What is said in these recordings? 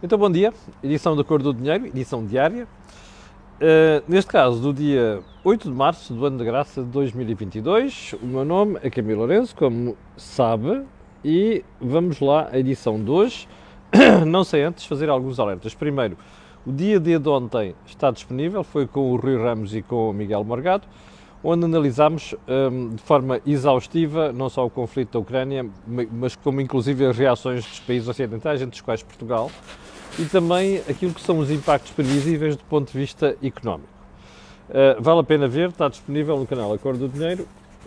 Então, bom dia, edição da Cor do Dinheiro, edição diária. Neste caso, do dia 8 de março do ano de graça de 2022. O meu nome é Camilo Lourenço, como sabe, e vamos lá à edição de hoje. Não sei antes fazer alguns alertas. Primeiro, o dia D de ontem está disponível, foi com o Rui Ramos e com o Miguel Morgado, onde analisámos de forma exaustiva não só o conflito da Ucrânia, mas como inclusive as reações dos países ocidentais, entre os quais Portugal, e também aquilo que são os impactos previsíveis do ponto de vista económico. Vale a pena ver, está disponível no canal A Cor do Dinheiro.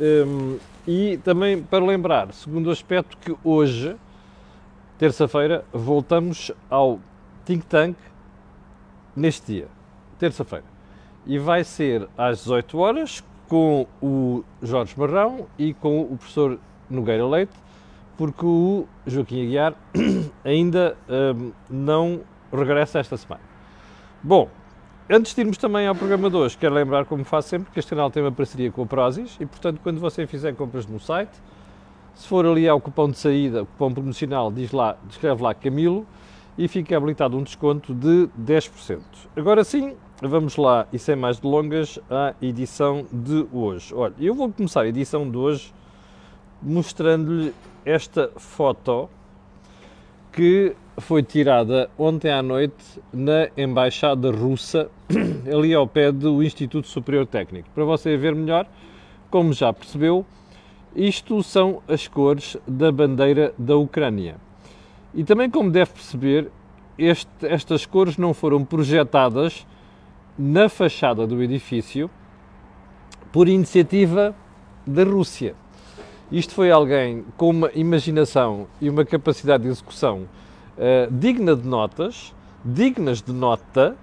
E também para lembrar, segundo aspecto, que hoje, terça-feira, voltamos ao Think Tank neste dia, terça-feira. E vai ser às 18 horas, com o Jorge Marrão e com o professor Nogueira Leite, porque o Joaquim Aguiar ainda não regressa esta semana. Bom, antes de irmos também ao programa de hoje, quero lembrar, como faço sempre, que este canal tem uma parceria com a Prozis e, portanto, quando você fizer compras no site, se for ali ao cupom de saída, o cupom promocional, escreve lá Camilo e fica habilitado um desconto de 10%. Agora sim, vamos lá, e sem mais delongas, à edição de hoje. Olha, eu vou começar a edição de hoje mostrando-lhe esta foto que foi tirada ontem à noite na Embaixada Russa, ali ao pé do Instituto Superior Técnico. Para você ver melhor, como já percebeu, isto são as cores da bandeira da Ucrânia. E também, como deve perceber, estas cores não foram projetadas na fachada do edifício por iniciativa da Rússia. Isto foi alguém com uma imaginação e uma capacidade de execução dignas de nota,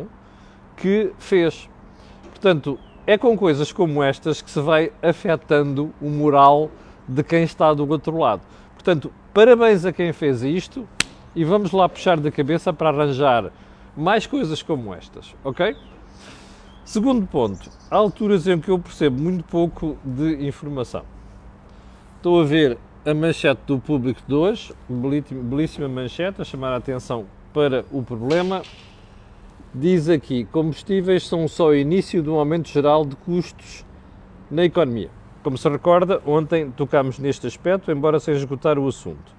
que fez. Portanto, é com coisas como estas que se vai afetando o moral de quem está do outro lado. Portanto, parabéns a quem fez isto e vamos lá puxar da cabeça para arranjar mais coisas como estas, ok? Segundo ponto, há alturas em que eu percebo muito pouco de informação. Estou a ver a manchete do Público de hoje, belíssima manchete, a chamar a atenção para o problema. Diz aqui, combustíveis são só o início de um aumento geral de custos na economia. Como se recorda, ontem tocámos neste aspecto, embora sem esgotar o assunto.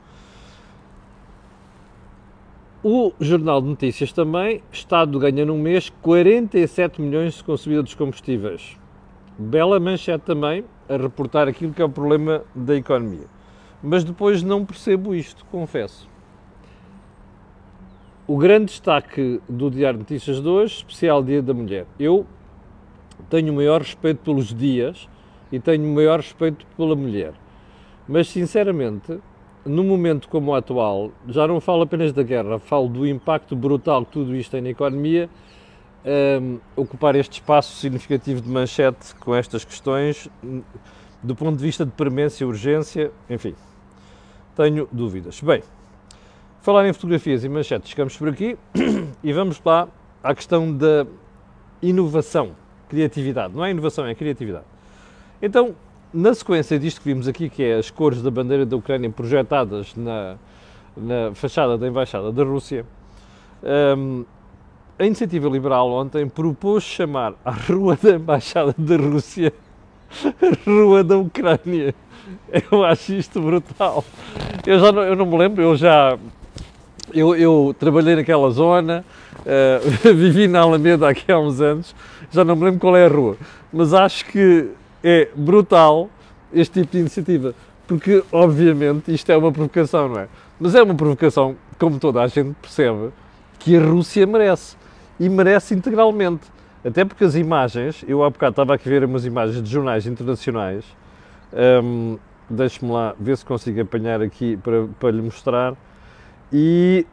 O Jornal de Notícias também, Estado ganha num mês 47 milhões com a subida dos combustíveis. Bela manchete também, a reportar aquilo que é o problema da economia. Mas depois não percebo isto, confesso. O grande destaque do Diário de Notícias de hoje, especial Dia da Mulher. Eu tenho o maior respeito pelos dias e tenho o maior respeito pela mulher. Mas, sinceramente, num momento como o atual, já não falo apenas da guerra, falo do impacto brutal que tudo isto tem na economia, ocupar este espaço significativo de manchete com estas questões, do ponto de vista de premência, urgência, enfim, tenho dúvidas. Bem, falar em fotografias e manchetes, chegamos por aqui e vamos lá à questão da inovação, criatividade. Não é inovação, é criatividade. Então, na sequência disto que vimos aqui, que é as cores da bandeira da Ucrânia projetadas na fachada da Embaixada da Rússia, a Iniciativa Liberal ontem propôs chamar a Rua da Embaixada da Rússia a Rua da Ucrânia. Eu acho isto brutal. Eu não me lembro, eu trabalhei naquela zona, vivi na Alameda aqui há uns anos, já não me lembro qual é a rua, mas acho que é brutal este tipo de iniciativa, porque obviamente isto é uma provocação, não é? Mas é uma provocação, como toda a gente percebe, que a Rússia merece, e merece integralmente, até porque as imagens, eu há bocado estava aqui a ver umas imagens de jornais internacionais, deixe-me lá ver se consigo apanhar aqui para lhe mostrar, e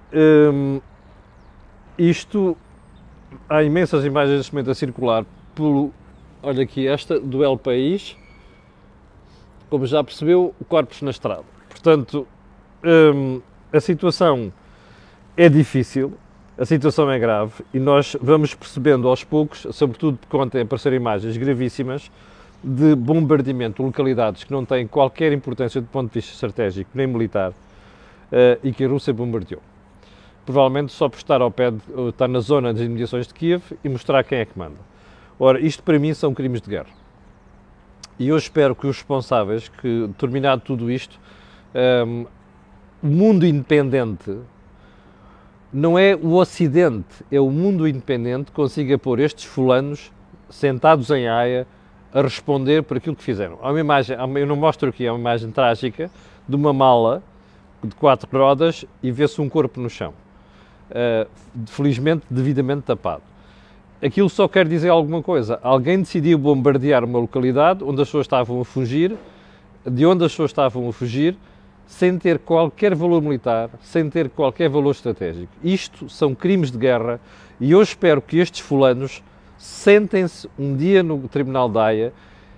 isto, há imensas imagens neste momento a circular pelo, olha aqui esta, do El País, como já percebeu, corpos na estrada. Portanto, a situação é difícil, a situação é grave e nós vamos percebendo aos poucos, sobretudo porque ontem apareceram imagens gravíssimas de bombardeamento de localidades que não têm qualquer importância do ponto de vista estratégico nem militar e que a Rússia bombardeou. provavelmente só por estar ao pé, estar na zona das imediações de Kiev e mostrar quem é que manda. Ora, isto para mim são crimes de guerra. E eu espero que os responsáveis, que terminado tudo isto, o mundo independente, não é o Ocidente, é o mundo independente, consiga pôr estes fulanos sentados em Haia a responder por aquilo que fizeram. Há uma imagem, eu não mostro aqui, é uma imagem trágica de uma mala de 4 rodas e vê-se um corpo no chão. Felizmente, devidamente tapado. Aquilo só quer dizer alguma coisa. Alguém decidiu bombardear uma localidade onde as pessoas estavam a fugir, de onde as pessoas estavam a fugir, sem ter qualquer valor militar, sem ter qualquer valor estratégico. Isto são crimes de guerra e eu espero que estes fulanos sentem-se um dia no Tribunal de Haia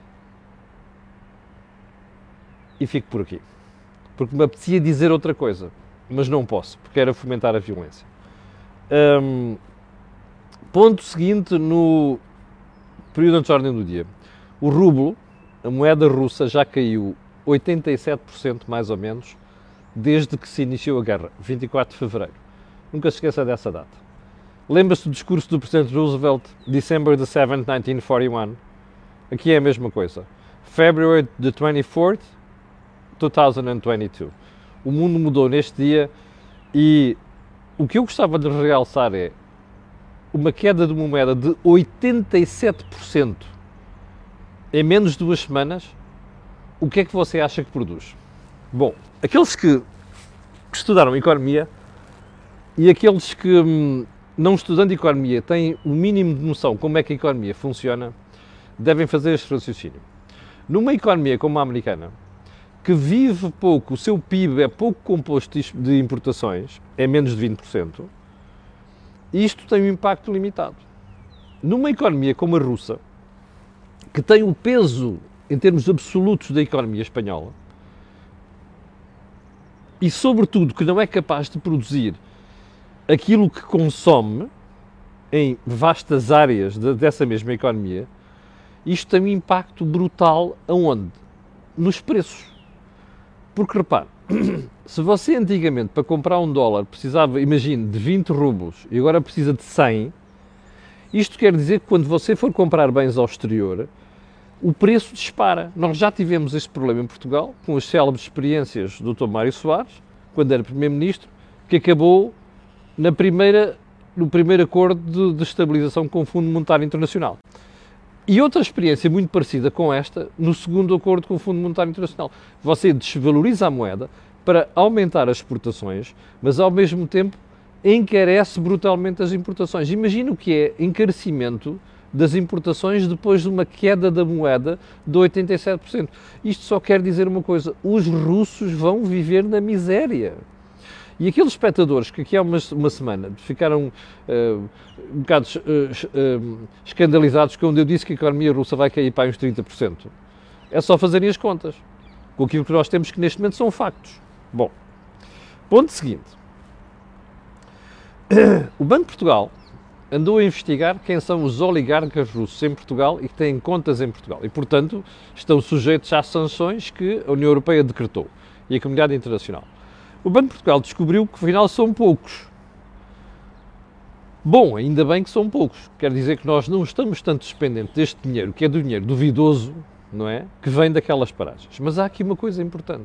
e fico por aqui. Porque me apetecia dizer outra coisa, mas não posso, porque era fomentar a violência. Ponto seguinte no período de ordem do dia. O rublo, a moeda russa, já caiu 87% mais ou menos desde que se iniciou a guerra, 24 de fevereiro. Nunca se esqueça dessa data. Lembra-se do discurso do Presidente Roosevelt, December the 7th, 1941? Aqui é a mesma coisa. February the 24th, 2022. O mundo mudou neste dia e o que eu gostava de realçar é uma queda de uma moeda de 87% em menos de 2 semanas. O que é que você acha que produz? Bom, aqueles que estudaram economia e aqueles que, não estudando economia, têm o mínimo de noção como é que a economia funciona, devem fazer este raciocínio. Numa economia como a americana, que vive pouco, o seu PIB é pouco composto de importações, é menos de 20%, isto tem um impacto limitado. Numa economia como a russa, que tem o peso em termos absolutos da economia espanhola e, sobretudo, que não é capaz de produzir aquilo que consome em vastas áreas dessa mesma economia, isto tem um impacto brutal aonde? Nos preços. Porque, repare, se você antigamente para comprar $1 precisava, imagine, de 20 rublos e agora precisa de 100, isto quer dizer que quando você for comprar bens ao exterior, o preço dispara. Nós já tivemos este problema em Portugal, com as célebres experiências do Dr. Mário Soares, quando era Primeiro-Ministro, que acabou no primeiro acordo de estabilização com o Fundo Monetário Internacional. E outra experiência muito parecida com esta, no segundo acordo com o Fundo Monetário Internacional. Você desvaloriza a moeda para aumentar as exportações, mas ao mesmo tempo encarece brutalmente as importações. Imagina o que é encarecimento das importações depois de uma queda da moeda de 87%. Isto só quer dizer uma coisa: os russos vão viver na miséria. E aqueles espectadores que aqui há uma semana ficaram um bocado escandalizados quando eu disse que a economia russa vai cair para uns 30%, é só fazerem as contas com aquilo que nós temos, que neste momento são factos. Bom, ponto seguinte. O Banco de Portugal andou a investigar quem são os oligarcas russos em Portugal e que têm contas em Portugal e, portanto, estão sujeitos às sanções que a União Europeia decretou e a comunidade internacional. O Banco de Portugal descobriu que, afinal, são poucos. Bom, ainda bem que são poucos. Quer dizer que nós não estamos tanto dependentes deste dinheiro, que é do dinheiro duvidoso, não é? Que vem daquelas paragens. Mas há aqui uma coisa importante.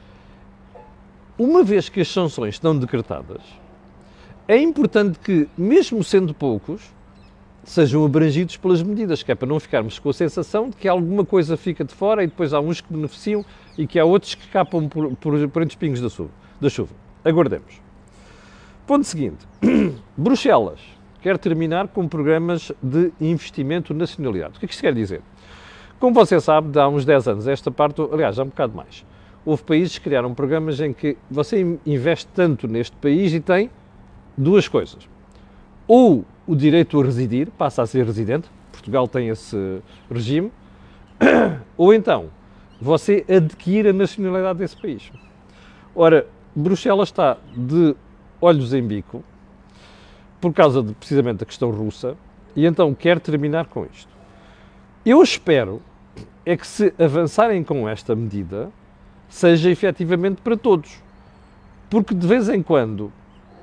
Uma vez que as sanções estão decretadas, é importante que, mesmo sendo poucos, sejam abrangidos pelas medidas, que é para não ficarmos com a sensação de que alguma coisa fica de fora e depois há uns que beneficiam e que há outros que escapam por entre os pingos da chuva. Aguardemos. Ponto seguinte. Bruxelas quer terminar com programas de investimento nacionalidade. O que é que isto quer dizer? Como você sabe, há uns 10 anos, esta parte, aliás, há um bocado mais, houve países que criaram programas em que você investe tanto neste país e tem duas coisas. Ou o direito a residir, passa a ser residente, Portugal tem esse regime, ou então você adquire a nacionalidade desse país. Ora, Bruxelas está de olhos em bico por causa de, precisamente, da questão russa e então quer terminar com isto. Eu espero é que, se avançarem com esta medida, seja efetivamente para todos, porque de vez em quando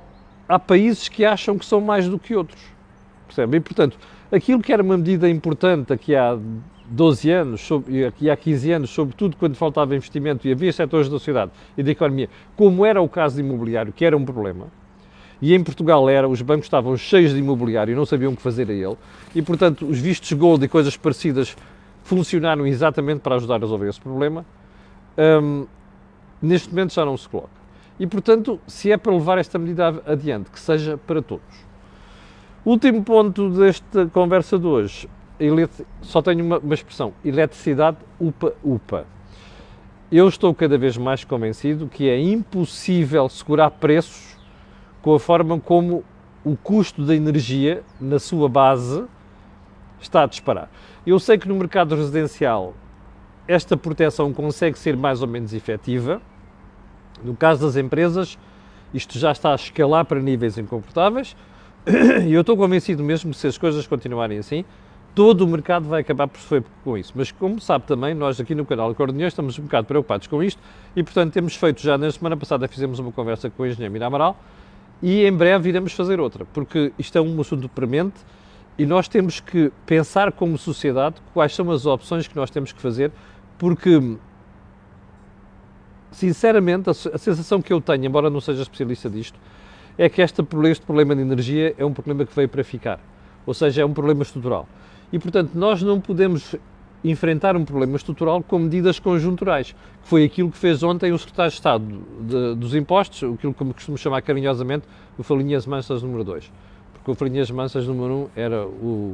há países que acham que são mais do que outros, percebe? E, portanto, aquilo que era uma medida importante aqui há 12 anos, e aqui há 15 anos, sobretudo quando faltava investimento e havia setores da sociedade e da economia, como era o caso de imobiliário, que era um problema, e em Portugal os bancos estavam cheios de imobiliário e não sabiam o que fazer a ele, e, portanto, os vistos gold e coisas parecidas funcionaram exatamente para ajudar a resolver esse problema. Neste momento já não se coloca. E, portanto, se é para levar esta medida adiante, que seja para todos. Último ponto desta conversa de hoje, só tenho uma expressão, eletricidade upa-upa. Eu estou cada vez mais convencido que é impossível segurar preços com a forma como o custo da energia, na sua base, está a disparar. Eu sei que no mercado residencial esta proteção consegue ser mais ou menos efetiva. No caso das empresas, isto já está a escalar para níveis incomportáveis e eu estou convencido mesmo que se as coisas continuarem assim, todo o mercado vai acabar por sofrer com isso. Mas como sabe também, nós aqui no canal Acordo Dinheiro estamos um bocado preocupados com isto e, portanto, temos feito já, na semana passada fizemos uma conversa com o engenheiro Mira Amaral e em breve iremos fazer outra, porque isto é um assunto premente e nós temos que pensar como sociedade quais são as opções que nós temos que fazer, porque, sinceramente, a sensação que eu tenho, embora não seja especialista disto, é que este problema de energia é um problema que veio para ficar, ou seja, é um problema estrutural. E, portanto, nós não podemos enfrentar um problema estrutural com medidas conjunturais, que foi aquilo que fez ontem o secretário de Estado dos Impostos, aquilo que me costumo chamar carinhosamente o Falinhas Mansas número 2, porque o Falinhas Mansas número 1 era o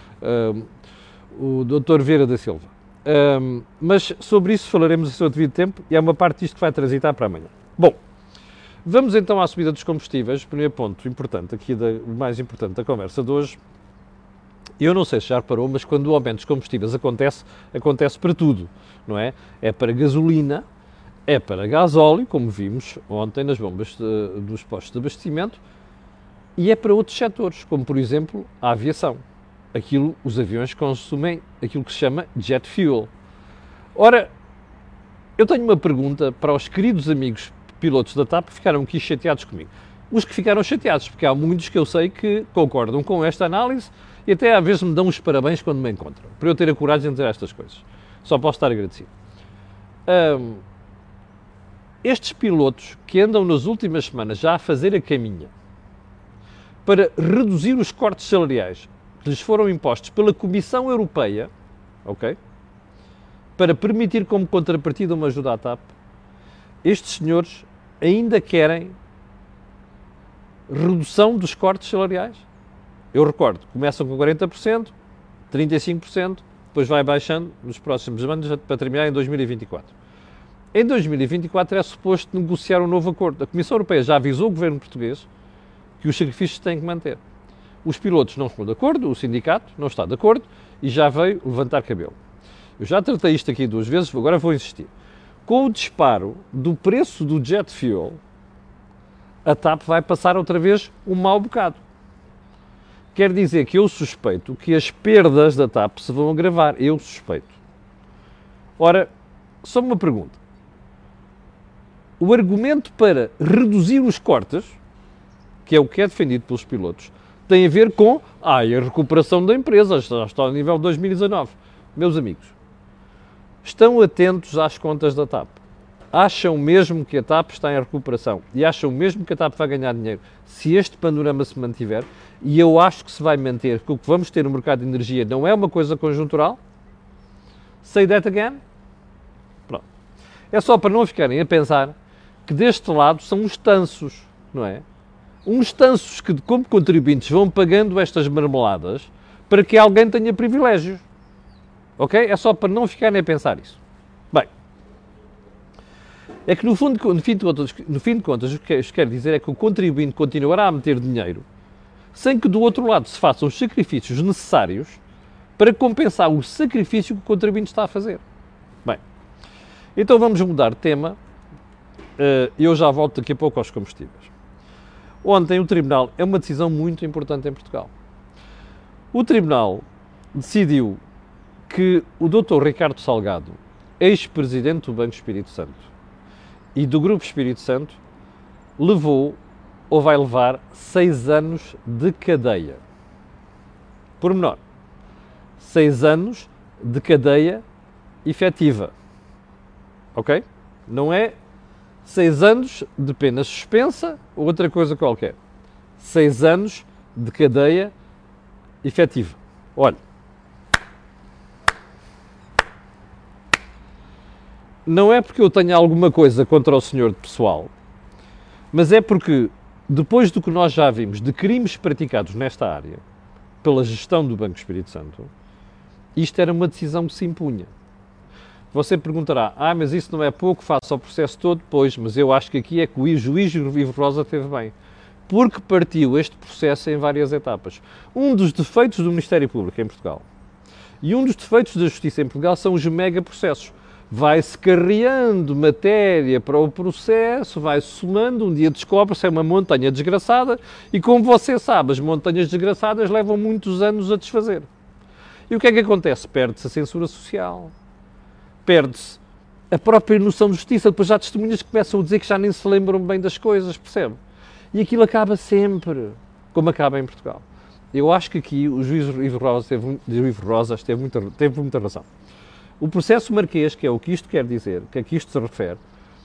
Dr. Vieira da Silva. Mas sobre isso falaremos a seu devido tempo e é uma parte disto que vai transitar para amanhã. Bom, vamos então à subida dos combustíveis. O primeiro ponto importante, o mais importante da conversa de hoje. Eu não sei se já reparou, mas quando o aumento dos combustíveis acontece para tudo, não é? É para gasolina, é para gasóleo, como vimos ontem nas bombas dos postos de abastecimento, e é para outros setores, como por exemplo a aviação. Os aviões consumem aquilo que se chama jet fuel. Ora, eu tenho uma pergunta para os queridos amigos pilotos da TAP que ficaram aqui chateados comigo. Os que ficaram chateados, porque há muitos que eu sei que concordam com esta análise e até às vezes me dão os parabéns quando me encontram, por eu ter a coragem de dizer estas coisas. Só posso estar agradecido. Estes pilotos que andam nas últimas semanas já a fazer a caminha para reduzir os cortes salariais que lhes foram impostos pela Comissão Europeia, ok? Para permitir como contrapartida uma ajuda à TAP, estes senhores ainda querem redução dos cortes salariais. Eu recordo, começam com 40%, 35%, depois vai baixando nos próximos anos para terminar em 2024. Em 2024 é suposto negociar um novo acordo. A Comissão Europeia já avisou o governo português que os sacrifícios têm que manter. Os pilotos não estão de acordo, o sindicato não está de acordo e já veio levantar cabelo. Eu já tratei isto aqui 2 vezes, agora vou insistir. Com o disparo do preço do jet fuel, a TAP vai passar outra vez um mau bocado. Quer dizer que eu suspeito que as perdas da TAP se vão agravar. Eu suspeito. Ora, só uma pergunta. O argumento para reduzir os cortes, que é o que é defendido pelos pilotos, tem a ver com a recuperação da empresa, já está ao nível de 2019. Meus amigos, estão atentos às contas da TAP. Acham mesmo que a TAP está em recuperação e acham mesmo que a TAP vai ganhar dinheiro se este panorama se mantiver, e eu acho que se vai manter, que o que vamos ter no mercado de energia não é uma coisa conjuntural. Say that again? Pronto. É só para não ficarem a pensar que deste lado são os tansos, não é? Uns tansos que, como contribuintes, vão pagando estas marmeladas para que alguém tenha privilégios. Ok? É só para não ficarem a pensar isso. Bem, é que no fim de contas, o que isto quer dizer é que o contribuinte continuará a meter dinheiro sem que do outro lado se façam os sacrifícios necessários para compensar o sacrifício que o contribuinte está a fazer. Bem, então vamos mudar de tema e eu já volto daqui a pouco aos combustíveis. Ontem o Tribunal, é uma decisão muito importante em Portugal. O Tribunal decidiu que o Dr. Ricardo Salgado, ex-presidente do Banco Espírito Santo e do Grupo Espírito Santo, levou ou vai levar 6 anos de cadeia. Pormenor, 6 anos de cadeia efetiva. Ok? Não é 6 anos de pena suspensa ou outra coisa qualquer. 6 anos de cadeia efetiva. Olha, não é porque eu tenha alguma coisa contra o senhor de pessoal, mas é porque, depois do que nós já vimos de crimes praticados nesta área, pela gestão do Banco Espírito Santo, isto era uma decisão que se impunha. Você perguntará, mas isso não é pouco, face ao processo todo? Pois, mas eu acho que aqui é que o juiz Ivo Rosa teve bem. Porque partiu este processo em várias etapas. Um dos defeitos do Ministério Público em Portugal e um dos defeitos da Justiça em Portugal são os megaprocessos. Vai-se carreando matéria para o processo, vai-se somando, um dia descobre-se é uma montanha desgraçada e, como você sabe, as montanhas desgraçadas levam muitos anos a desfazer. E o que é que acontece? Perde-se a censura social, perde-se a própria noção de justiça, depois já testemunhas que começam a dizer que já nem se lembram bem das coisas, percebe? E aquilo acaba sempre, como acaba em Portugal. Eu acho que aqui o juiz Ivo Rosas teve muita razão. O processo Marquês, que é o que isto quer dizer, que a que isto se refere,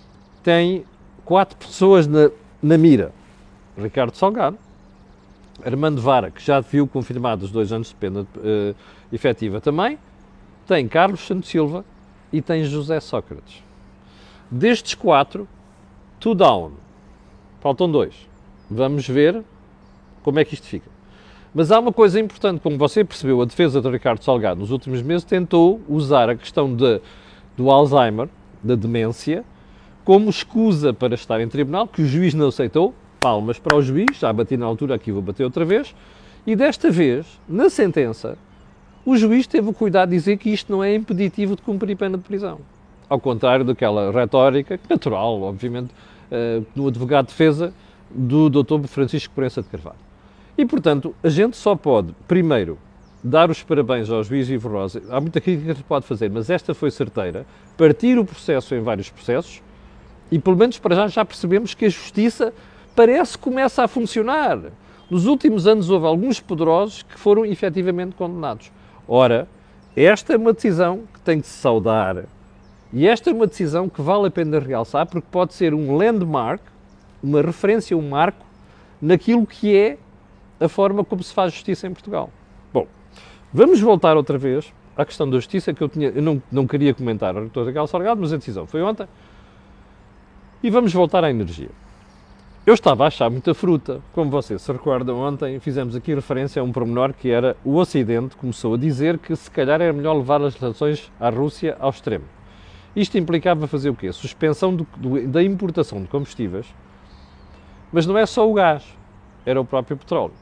tem 4 pessoas na mira. Ricardo Salgado, Armando Vara, que já viu confirmados 2 anos de pena efetiva também, tem Carlos Santos Silva e tem José Sócrates. Destes 4, 2 down. Faltam 2. Vamos ver como é que isto fica. Mas há uma coisa importante, como você percebeu, a defesa de Ricardo Salgado nos últimos meses tentou usar a questão do Alzheimer, da demência, como escusa para estar em tribunal, que o juiz não aceitou. Palmas para o juiz, já bati na altura, aqui vou bater outra vez. E desta vez, na sentença, o juiz teve o cuidado de dizer que isto não é impeditivo de cumprir pena de prisão. Ao contrário daquela retórica, natural, obviamente, no advogado de defesa do Dr. Francisco Proença de Carvalho. E, portanto, a gente só pode, primeiro, dar os parabéns ao juiz Ivo Rosa. Há muita crítica que se pode fazer, mas esta foi certeira. Partir o processo em vários processos e, pelo menos para já percebemos que a justiça parece que começa a funcionar. Nos últimos anos houve alguns poderosos que foram efetivamente condenados. Ora, esta é uma decisão que tem que se saudar. E esta é uma decisão que vale a pena realçar, porque pode ser um landmark, uma referência, um marco, naquilo que é a forma como se faz justiça em Portugal. Bom, vamos voltar outra vez à questão da justiça, que eu não queria comentar o Dr. Ricardo Salgado, mas a decisão foi ontem. E vamos voltar à energia. Eu estava a achar muita fruta. Como vocês se recordam, ontem fizemos aqui referência a um pormenor que era o Ocidente começou a dizer que se calhar era melhor levar as relações à Rússia ao extremo. Isto implicava fazer o quê? Suspensão da importação de combustíveis, mas não é só o gás, era o próprio petróleo.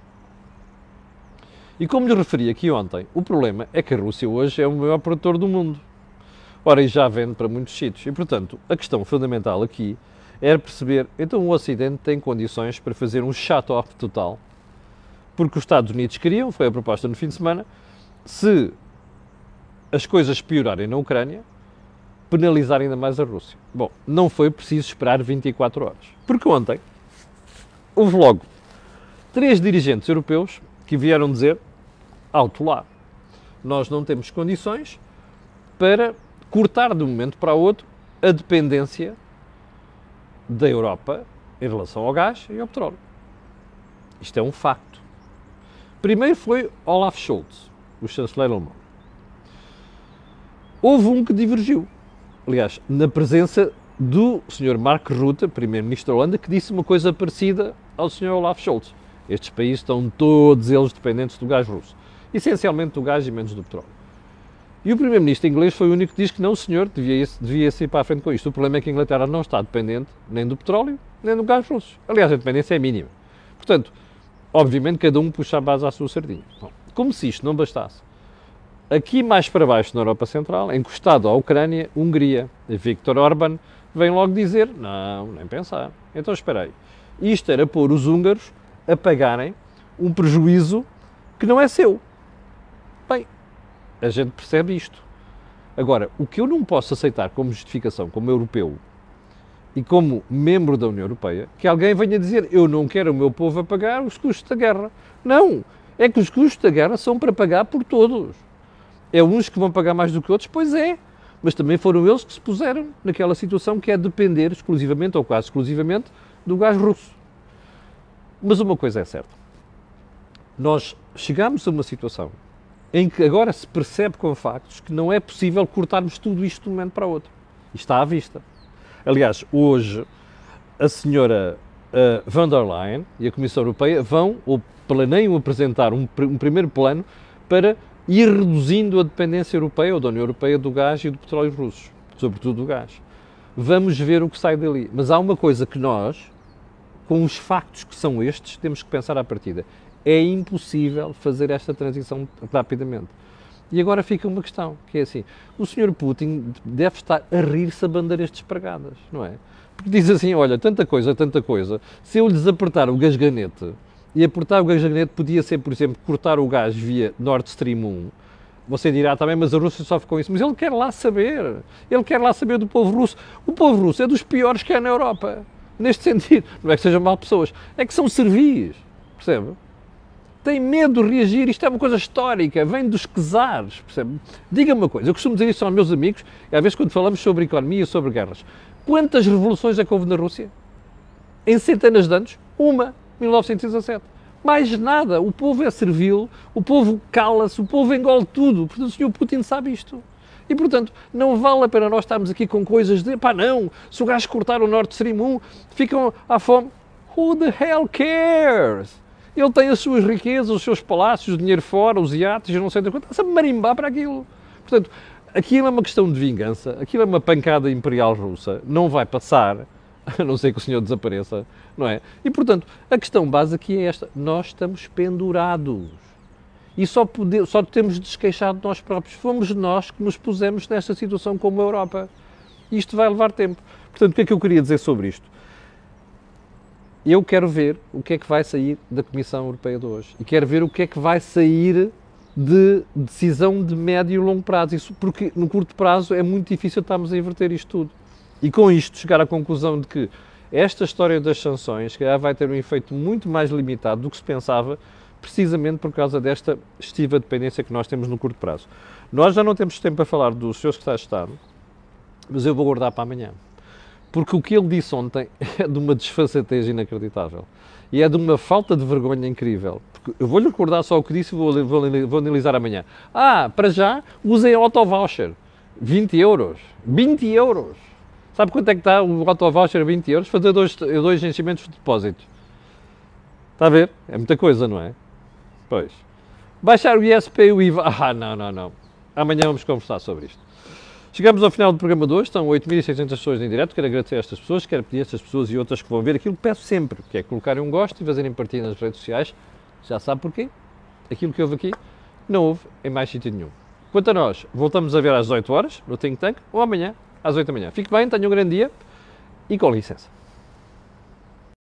E como lhe referi aqui ontem, o problema é que a Rússia hoje é o maior produtor do mundo. Ora, e já vende para muitos sítios. E, portanto, a questão fundamental aqui era perceber, então o Ocidente tem condições para fazer um shut-off total, porque os Estados Unidos queriam, foi a proposta no fim de semana, se as coisas piorarem na Ucrânia, penalizar ainda mais a Rússia. Bom, não foi preciso esperar 24 horas, porque ontem houve logo 3 dirigentes europeus que vieram dizer, alto lá, nós não temos condições para cortar de um momento para o outro a dependência da Europa em relação ao gás e ao petróleo. Isto é um facto. Primeiro foi Olaf Scholz, o chanceler alemão. Houve um que divergiu. Aliás, na presença do Sr. Mark Rutte, primeiro-ministro da Holanda, que disse uma coisa parecida ao Sr. Olaf Scholz. Estes países estão todos eles dependentes do gás russo. Essencialmente do gás e menos do petróleo. E o primeiro-ministro inglês foi o único que disse que não, senhor, devia ir para a frente com isto. O problema é que a Inglaterra não está dependente nem do petróleo, nem do gás russo. Aliás, a dependência é mínima. Portanto, obviamente, cada um puxa a base à sua sardinha. Bom, como se isto não bastasse. Aqui mais para baixo, na Europa Central, encostado à Ucrânia, Hungria, Viktor Orban, vem logo dizer, não, nem pensar. Então, espera aí. Isto era pôr os húngaros a pagarem um prejuízo que não é seu. Bem, a gente percebe isto. Agora, o que eu não posso aceitar como justificação, como europeu, e como membro da União Europeia, que alguém venha dizer eu não quero o meu povo a pagar os custos da guerra. Não! É que os custos da guerra são para pagar por todos. É uns que vão pagar mais do que outros? Pois é. Mas também foram eles que se puseram naquela situação que é depender exclusivamente, ou quase exclusivamente, do gás russo. Mas uma coisa é certa. Nós chegamos a uma situação em que agora se percebe com factos que não é possível cortarmos tudo isto de um momento para o outro. Isto está à vista. Aliás, hoje, a senhora von der Leyen e a Comissão Europeia vão, ou planeiam apresentar um primeiro plano para ir reduzindo a dependência europeia, ou da União Europeia, do gás e do petróleo russos, sobretudo do gás. Vamos ver o que sai dali. Mas há uma coisa que nós, com os factos que são estes, temos que pensar à partida. É impossível fazer esta transição rapidamente. E agora fica uma questão, que é assim, o Sr. Putin deve estar a rir-se a bandeiras despregadas, não é? Porque diz assim, olha, tanta coisa, se eu lhes apertar o gasganete, e apertar o gasganete podia ser, por exemplo, cortar o gás via Nord Stream 1, você dirá também, mas a Rússia sofre com isso, mas ele quer lá saber do povo russo. O povo russo é dos piores que há na Europa, neste sentido, não é que sejam mal pessoas, é que são servis, percebe? Tem medo de reagir, isto é uma coisa histórica, vem dos czares, percebe? Diga-me uma coisa, eu costumo dizer isto aos meus amigos, e às vezes quando falamos sobre economia e sobre guerras, quantas revoluções é que houve na Rússia? Em centenas de anos? Uma, 1917. Mais nada, o povo é servil, o povo cala-se, o povo engole tudo, portanto o Sr. Putin sabe isto. E, portanto, não vale a pena nós estarmos aqui com coisas de, pá, não, se o gajo cortar o Nord Stream 1, ficam à fome. Who the hell cares? Ele tem as suas riquezas, os seus palácios, o dinheiro fora, os iates, eu não sei de quanto, está-se a marimbar para aquilo. Portanto, aquilo é uma questão de vingança, aquilo é uma pancada imperial russa, não vai passar, a não ser que o senhor desapareça, não é? E, portanto, a questão base aqui é esta, nós estamos pendurados. E só temos de desqueixar de nós próprios. Fomos nós que nos pusemos nesta situação como a Europa. E isto vai levar tempo. Portanto, o que é que eu queria dizer sobre isto? Eu quero ver o que é que vai sair da Comissão Europeia de hoje. E quero ver o que é que vai sair de decisão de médio e longo prazo. Isso porque no curto prazo é muito difícil estarmos a inverter isto tudo. E com isto chegar à conclusão de que esta história das sanções vai ter um efeito muito mais limitado do que se pensava, precisamente por causa desta excessiva dependência que nós temos no curto prazo. Nós já não temos tempo para falar do Sr. Secretário de Estado, mas eu vou guardar para amanhã. Porque o que ele disse ontem é de uma desfaçatez inacreditável. E é de uma falta de vergonha incrível. Porque eu vou-lhe recordar só o que disse e vou analisar amanhã. Para já, usem auto-voucher. 20 euros. 20 euros. Sabe quanto é que está o auto-voucher a 20 euros? Fazer dois enchimentos de depósito. Está a ver? É muita coisa, não é? Pois. Baixar o ISP e o IVA. Não. Amanhã vamos conversar sobre isto. Chegamos ao final do programa de hoje, estão 8.600 pessoas em direto, quero agradecer a estas pessoas, quero pedir a estas pessoas e outras que vão ver aquilo que peço sempre, que é colocarem um gosto e fazerem partilha nas redes sociais, já sabe porquê, aquilo que houve aqui não houve em mais sítio nenhum. Quanto a nós, voltamos a ver às 18 horas, no Think Tank, ou amanhã, às 8 da manhã. Fique bem, tenha um grande dia e com licença.